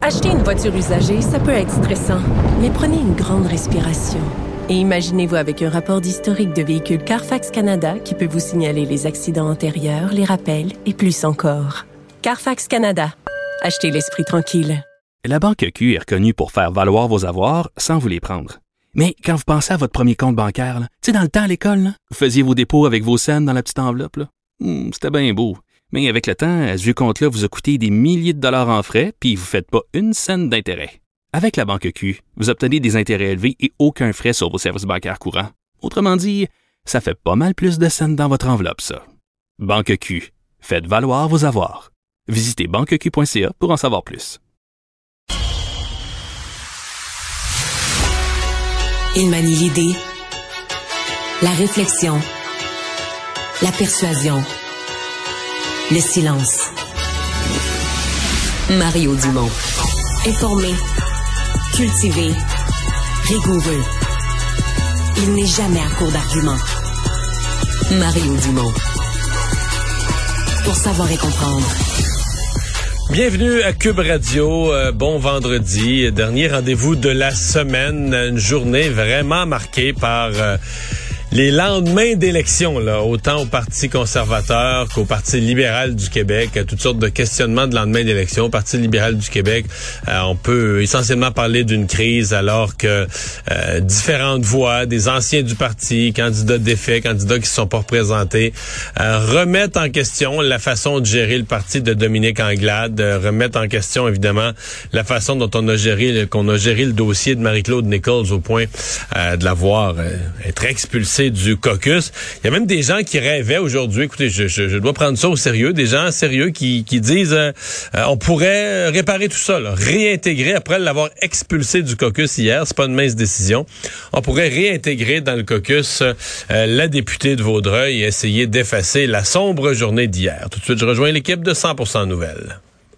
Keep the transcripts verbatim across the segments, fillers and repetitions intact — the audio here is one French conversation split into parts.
Acheter une voiture usagée, ça peut être stressant, mais prenez une grande respiration. Et imaginez-vous avec un rapport d'historique de véhicule Carfax Canada qui peut vous signaler les accidents antérieurs, les rappels et plus encore. Carfax Canada. Achetez l'esprit tranquille. La Banque Q est reconnue pour faire valoir vos avoirs sans vous les prendre. Mais quand vous pensez à votre premier compte bancaire, tu sais, dans le temps à l'école, là, vous faisiez vos dépôts avec vos scènes dans la petite enveloppe. Là. Hmm, c'était bien beau. Mais avec le temps, ce vieux compte-là vous a coûté des milliers de dollars en frais, puis vous ne faites pas une scène d'intérêt. Avec la Banque Q, vous obtenez des intérêts élevés et aucun frais sur vos services bancaires courants. Autrement dit, ça fait pas mal plus de scènes dans votre enveloppe, ça. Banque Q. Faites valoir vos avoirs. Visitez banque q point c a pour en savoir plus. Il manie l'idée, la réflexion, la persuasion, le silence. Mario Dumont. Informé, cultivé, rigoureux. Il n'est jamais à court d'arguments. Mario Dumont. Pour savoir et comprendre. Bienvenue à Cube Radio, euh, bon vendredi, dernier rendez-vous de la semaine, une journée vraiment marquée par euh, les lendemains d'élections, là, autant au Parti conservateur qu'au Parti libéral du Québec, toutes sortes de questionnements de lendemain d'élections. Au Parti libéral du Québec, euh, on peut essentiellement parler d'une crise alors que euh, différentes voix, des anciens du parti, candidats défaits, candidats qui ne se sont pas représentés, euh, remettent en question la façon de gérer le parti de Dominique Anglade, euh, remettent en question évidemment la façon dont on a géré, qu'on a géré le dossier de Marie-Claude Nichols au point euh, de la voir euh, être expulsée du caucus. Il y a même des gens qui rêvaient aujourd'hui, écoutez, je, je, je dois prendre ça au sérieux, des gens sérieux qui, qui disent euh, euh, on pourrait réparer tout ça, là, réintégrer, après l'avoir expulsé du caucus hier, c'est pas une mince décision, on pourrait réintégrer dans le caucus euh, la députée de Vaudreuil et essayer d'effacer la sombre journée d'hier. Tout de suite, je rejoins l'équipe de cent pour cent Nouvelles.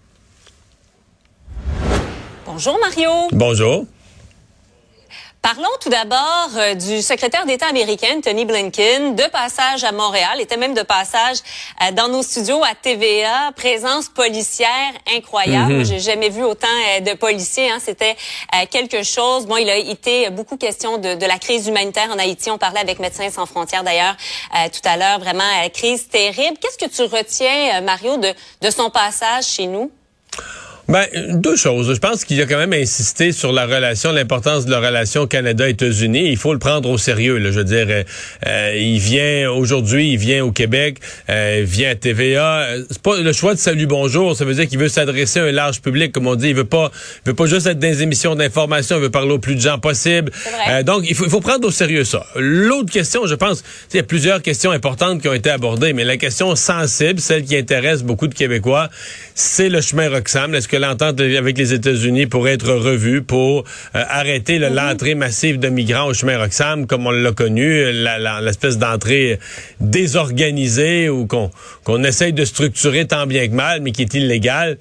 Bonjour Mario. Bonjour. Parlons tout d'abord euh, du secrétaire d'État américain, Tony Blinken, de passage à Montréal, était même de passage euh, dans nos studios à T V A, présence policière incroyable. Mm-hmm. J'ai jamais vu autant euh, de policiers, hein. C'était euh, quelque chose. Bon, il a été beaucoup question de, de la crise humanitaire en Haïti. On parlait avec Médecins sans frontières d'ailleurs euh, tout à l'heure, vraiment euh, crise terrible. Qu'est-ce que tu retiens, euh, Mario, de, de son passage chez nous? Ben, deux choses. Je pense qu'il a quand même insisté sur la relation, l'importance de la relation Canada-États-Unis. Il faut le prendre au sérieux, là. Je veux dire, euh, il vient aujourd'hui, il vient au Québec, euh, il vient à T V A. C'est pas le choix de salut bonjour. Ça veut dire qu'il veut s'adresser à un large public, comme on dit. Il veut pas, il veut pas juste être dans des émissions d'information. Il veut parler au plus de gens possible. Euh, donc, il faut, il faut prendre au sérieux ça. L'autre question, je pense, il y a plusieurs questions importantes qui ont été abordées, mais la question sensible, celle qui intéresse beaucoup de Québécois, c'est le chemin Roxham. Est-ce que l'entente avec les États-Unis pourrait être revue pour euh, arrêter là, mm-hmm. l'entrée massive de migrants au chemin Roxham, comme on l'a connu, la, la, l'espèce d'entrée désorganisée ou qu'on, qu'on essaye de structurer tant bien que mal, mais qui est illégale.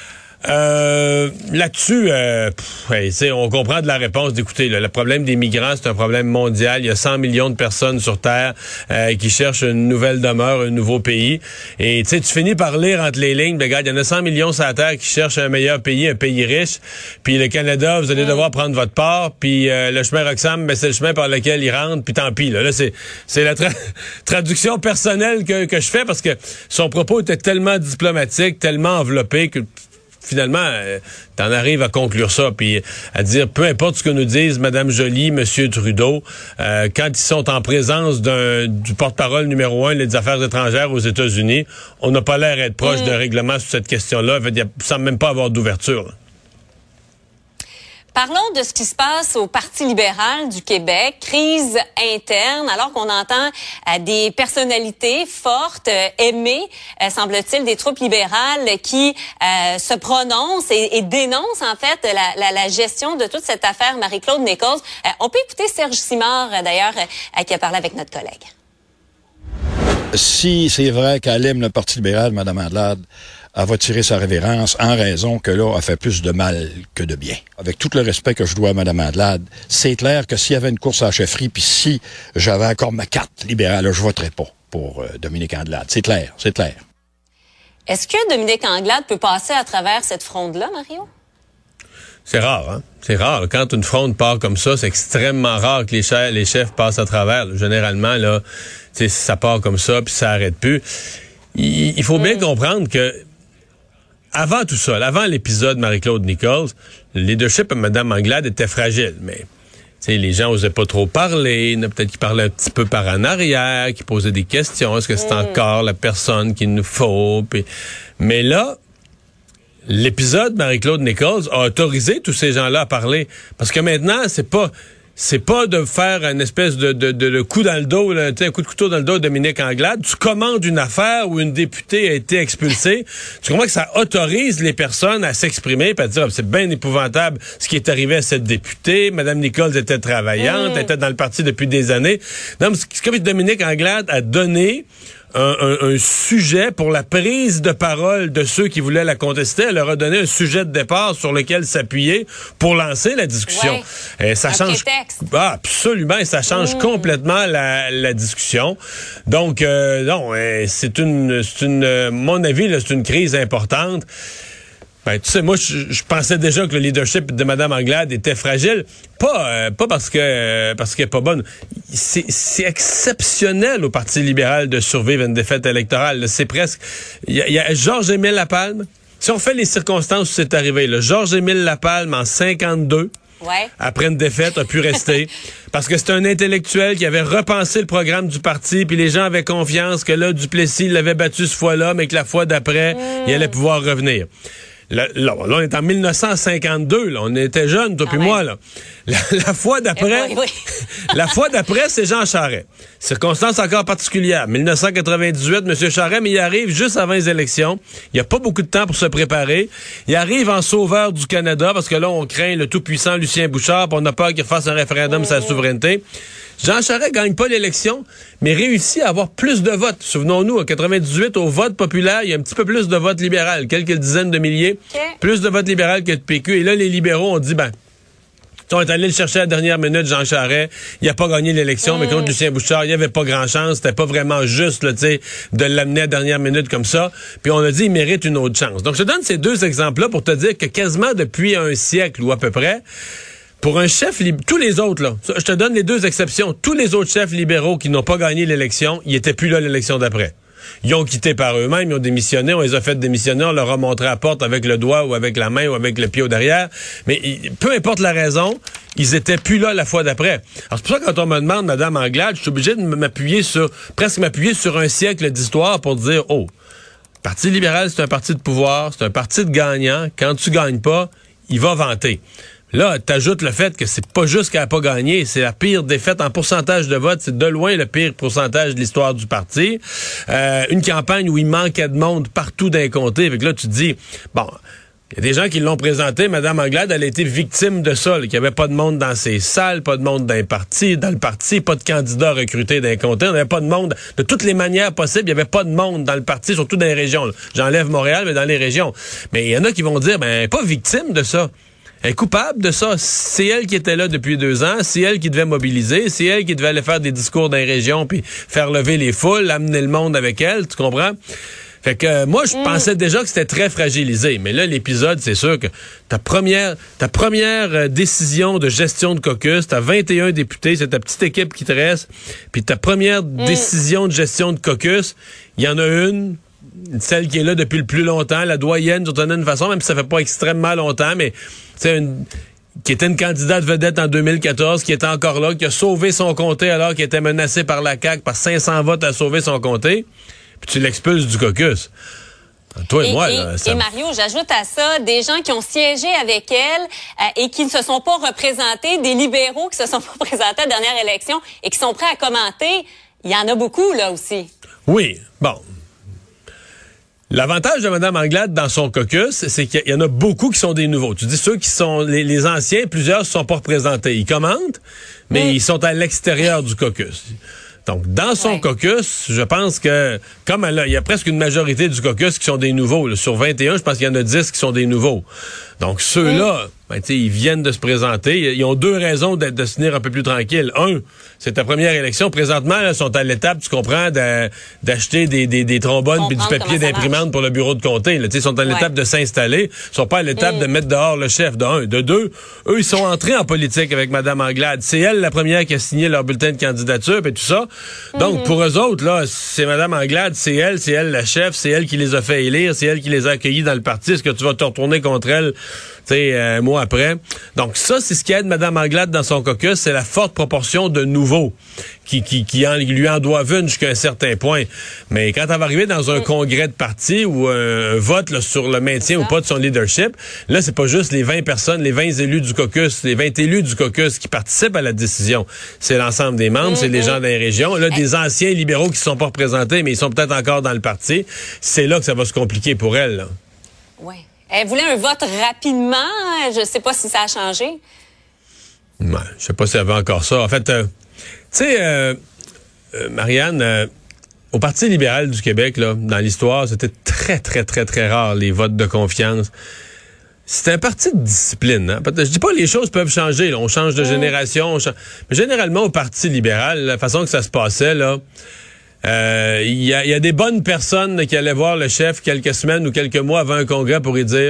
Euh, là-dessus, euh, pff, ouais, on comprend de la réponse d'écouter. Là, le problème des migrants, c'est un problème mondial. Il y a cent millions de personnes sur Terre euh, qui cherchent une nouvelle demeure, un nouveau pays. Et tu finis par lire entre les lignes, ben, regarde, il y en a cent millions sur la Terre qui cherchent un meilleur pays, un pays riche. Puis le Canada, vous allez mmh. devoir prendre votre part. Puis euh, le chemin Roxham, ben, c'est le chemin par lequel ils rentrent. Puis tant pis. Là, là c'est, c'est la tra- traduction personnelle que, que je fais parce que son propos était tellement diplomatique, tellement enveloppé que finalement, euh, t'en arrives à conclure ça, puis à dire, peu importe ce que nous disent Mme Joly, M. Trudeau, euh, quand ils sont en présence d'un du porte-parole numéro un des affaires étrangères aux États-Unis, on n'a pas l'air d'être proche mmh. d'un règlement sur cette question-là. Il ne semble même pas avoir d'ouverture, là. Parlons de ce qui se passe au Parti libéral du Québec, crise interne, alors qu'on entend euh, des personnalités fortes, euh, aimées, euh, semble-t-il, des troupes libérales qui euh, se prononcent et, et dénoncent en fait la, la, la gestion de toute cette affaire Marie-Claude Nichols. Euh, on peut écouter Serge Simard, euh, d'ailleurs, euh, qui a parlé avec notre collègue. Si c'est vrai qu'elle aime le Parti libéral, Mme Anglade, elle va tirer sa révérence en raison que là, elle fait plus de mal que de bien. Avec tout le respect que je dois à Mme Anglade, c'est clair que s'il y avait une course à la chefferie, puis si j'avais encore ma carte libérale, là, je voterais pas pour euh, Dominique Anglade. C'est clair, c'est clair. Est-ce que Dominique Anglade peut passer à travers cette fronde-là, Mario? C'est rare, hein? C'est rare. Quand une fronde part comme ça, c'est extrêmement rare que les chefs, les chefs passent à travers. Là. Généralement, là, ça part comme ça, puis ça arrête plus. Il, il faut mmh. bien comprendre que avant tout ça, avant l'épisode Marie-Claude Nichols, le leadership de Mme Anglade était fragile, mais t'sais, les gens n'osaient pas trop parler, peut-être qu'ils parlaient un petit peu par en arrière, qu'ils posaient des questions, est-ce que c'est mmh. encore la personne qu'il nous faut? Puis, mais là, l'épisode Marie-Claude Nichols a autorisé tous ces gens-là à parler. Parce que maintenant, c'est pas c'est pas de faire une espèce de, de, de, de coup dans le dos, là, un coup de couteau dans le dos de Dominique Anglade. Tu commandes une affaire où une députée a été expulsée. Tu comprends que ça autorise les personnes à s'exprimer et à dire, c'est bien épouvantable ce qui est arrivé à cette députée. Madame Nichols était travaillante, mmh. elle était dans le parti depuis des années. Non, mais c'est comme Dominique Anglade a donné Un, un, un sujet pour la prise de parole de ceux qui voulaient la contester. Elle leur a donné un sujet de départ sur lequel s'appuyer pour lancer la discussion. Ouais. Et ça un change prétexte. Ah, absolument, et ça change mmh. complètement la, la discussion. Donc, euh, non, c'est une, c'est une, à mon avis, là, c'est une crise importante. Ben, tu sais, moi, je, je pensais déjà que le leadership de Mme Anglade était fragile. Pas, euh, pas parce que euh, parce qu'elle est pas bonne. C'est, c'est exceptionnel au Parti libéral de survivre à une défaite électorale. Là. C'est presque... Il y, y a Georges-Émile Lapalme. Si on fait les circonstances où c'est arrivé, là, Georges-Émile Lapalme, en cinquante-deux, ouais. après une défaite, a pu rester. Parce que c'est un intellectuel qui avait repensé le programme du parti, puis les gens avaient confiance que là, Duplessis l'avait battu ce fois-là, mais que la fois d'après, mmh. il allait pouvoir revenir. Là, là, là, on est en mille neuf cent cinquante-deux, là. On était jeunes, toi puis moi, là. La, la fois d'après, oui, oui. la fois d'après, c'est Jean Charest. Circonstance encore particulière. mille neuf cent quatre-vingt-dix-huit, M. Charest, mais il arrive juste avant les élections. Il n'y a pas beaucoup de temps pour se préparer. Il arrive en sauveur du Canada, parce que là, on craint le tout-puissant Lucien Bouchard, puis on a peur qu'il fasse un référendum sur sa souveraineté. Jean Charest gagne pas l'élection, mais réussit à avoir plus de votes. Souvenons-nous, en quatre-vingt-dix-huit, au vote populaire, il y a un petit peu plus de votes libéral, quelques dizaines de milliers, okay. plus de votes libéral que de P Q. Et là, les libéraux ont dit, ben, on est allé le chercher à la dernière minute, Jean Charest. Il a pas gagné l'élection, mmh. mais contre Lucien Bouchard, il y avait pas grand-chance. C'était pas vraiment juste, là, tu sais, de l'amener à la dernière minute comme ça. Puis on a dit, il mérite une autre chance. Donc, je te donne ces deux exemples-là pour te dire que quasiment depuis un siècle ou à peu près, pour un chef, lib- tous les autres, là, je te donne les deux exceptions. Tous les autres chefs libéraux qui n'ont pas gagné l'élection, ils étaient plus là l'élection d'après. Ils ont quitté par eux-mêmes, ils ont démissionné, on les a fait démissionner, on leur a montré à la porte avec le doigt ou avec la main ou avec le pied au derrière. Mais peu importe la raison, ils étaient plus là la fois d'après. Alors c'est pour ça que quand on me demande, Mme Anglade, je suis obligé de m'appuyer sur, presque m'appuyer sur un siècle d'histoire pour dire, oh, le Parti libéral, c'est un parti de pouvoir, c'est un parti de gagnants. Quand tu gagnes pas, il va vanter. Là, t'ajoutes le fait que c'est pas juste qu'elle n'a pas gagné, c'est la pire défaite en pourcentage de vote, c'est de loin le pire pourcentage de l'histoire du parti. Euh, une campagne où il manquait de monde partout d'un comté. Fait que là, tu te dis, bon, il y a des gens qui l'ont présenté, Mme Anglade, elle a été victime de ça, qu'il n'y avait pas de monde dans ses salles, pas de monde dans les partis, dans le parti, pas de candidats recrutés d'un comté, on n'avait pas de monde de toutes les manières possibles, il n'y avait pas de monde dans le parti, surtout dans les régions. Là. J'enlève Montréal, mais dans les régions. Mais il y en a qui vont dire, ben, elle n'est pas victime de ça. Elle est coupable de ça. C'est elle qui était là depuis deux ans. C'est elle qui devait mobiliser. C'est elle qui devait aller faire des discours dans les régions puis faire lever les foules, amener le monde avec elle. Tu comprends? Fait que euh, moi, je mm. pensais déjà que c'était très fragilisé. Mais là, l'épisode, c'est sûr que ta première ta première euh, décision de gestion de caucus, t'as vingt et un députés, c'est ta petite équipe qui te reste. Puis ta première mm. décision de gestion de caucus, il y en a une, celle qui est là depuis le plus longtemps, la doyenne d'une certaine façon, même si ça fait pas extrêmement longtemps, mais c'est une qui était une candidate vedette en deux mille quatorze, qui était encore là, qui a sauvé son comté alors qu'il était menacé par la C A Q, par cinq cents votes à sauver son comté, puis tu l'expulses du caucus. Toi et, et moi, et, là, ça... et Mario, j'ajoute à ça des gens qui ont siégé avec elle euh, et qui ne se sont pas représentés, des libéraux qui se sont pas présentés à la dernière élection et qui sont prêts à commenter. Il y en a beaucoup, là, aussi. Oui, bon... L'avantage de Mme Anglade dans son caucus, c'est qu'il y en a beaucoup qui sont des nouveaux. Tu dis ceux qui sont les, les anciens, plusieurs ne sont pas représentés. Ils commentent, mais mmh. ils sont à l'extérieur du caucus. Donc, dans son ouais. caucus, je pense que, comme elle a, il y a presque une majorité du caucus qui sont des nouveaux. Là. Sur vingt et un, je pense qu'il y en a dix qui sont des nouveaux. Donc, ceux-là, ben, tu sais, ils viennent de se présenter. Ils ont deux raisons d'être, de se tenir un peu plus tranquille. Un, c'est ta première élection. Présentement, là, ils sont à l'étape, tu comprends, de, d'acheter des, des, des trombones puis du papier d'imprimante pour le bureau de comté. Là. Ils sont à l'étape ouais. de s'installer. Ils sont pas à l'étape mm. de mettre dehors le chef, de un. De deux, eux, ils sont entrés en politique avec Mme Anglade. C'est elle, la première, qui a signé leur bulletin de candidature et tout ça. Donc, mm-hmm. pour eux autres, là, c'est Mme Anglade, c'est elle, c'est elle la chef, c'est elle qui les a fait élire, c'est elle qui les a accueillis dans le parti. Est-ce que tu vas te retourner contre elle, tu sais, un mois après? Donc, ça, c'est ce qui aide Mme Anglade dans son caucus, c'est la forte proportion de nouveaux qui, qui, qui en, lui en doivent une jusqu'à un certain point. Mais quand elle va arriver dans un mm. congrès de parti ou un, un vote là, sur le maintien ou pas de son leadership, là, c'est pas juste les vingt personnes, les vingt élus du caucus, les vingt élus du caucus qui participent à la décision. C'est l'ensemble des membres, mm-hmm. c'est les gens des régions. Là, des anciens libéraux qui ne sont pas représentés, mais ils sont peut-être encore dans le parti. C'est là que ça va se compliquer pour elle. Là. Oui. Elle voulait un vote rapidement. Je ne sais pas si ça a changé. Ouais, je sais pas si elle veut encore ça. En fait, euh, tu sais, euh, euh, Marianne, euh, au Parti libéral du Québec, là, dans l'histoire, c'était très, très, très, très rare, les votes de confiance. C'est un parti de discipline. Hein? Je dis pas que les choses peuvent changer. Là. On change de mmh. génération. On change... Mais généralement, au Parti libéral, la façon que ça se passait, là, il euh, y, a, y a des bonnes personnes là, qui allaient voir le chef quelques semaines ou quelques mois avant un congrès pour lui dire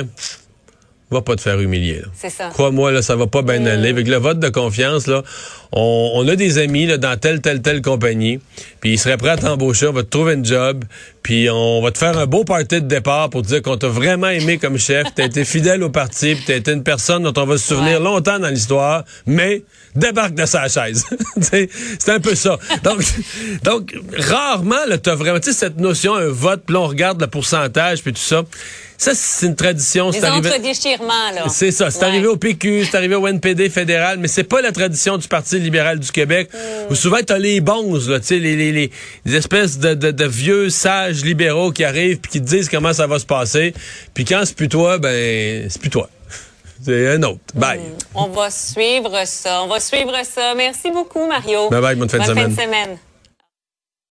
« Va pas te faire humilier. » C'est ça. Crois-moi, là, ça va pas bien mmh. aller. Avec le vote de confiance, là, on, on a des amis là, dans telle, telle, telle compagnie, puis ils seraient prêts à t'embaucher, on va te trouver une job, puis on va te faire un beau party de départ pour te dire qu'on t'a vraiment aimé comme chef, t'as été fidèle au parti, puis t'as été une personne dont on va se souvenir ouais. longtemps dans l'histoire, mais débarque de sa chaise. C'est un peu ça. Donc, donc rarement, là, t'as vraiment, tu sais, cette notion, un vote, puis là, on regarde le pourcentage, puis tout ça. Ça, c'est une tradition. Les entre-déchirements, là. C'est ça. C'est ouais. arrivé au P Q, c'est arrivé au N P D fédéral, mais c'est pas la tradition du Parti libéral du Québec, mm. où souvent t'as les bonzes, là, tu sais, les, les, les, les espèces de, de, de vieux sages libéraux qui arrivent puis qui te disent comment ça va se passer. Puis quand c'est plus toi, ben, c'est plus toi. C'est un autre. Bye. Mm. On va suivre ça. On va suivre ça. Merci beaucoup, Mario. Bye bye, bonne fin de semaine. Bonne fin de semaine.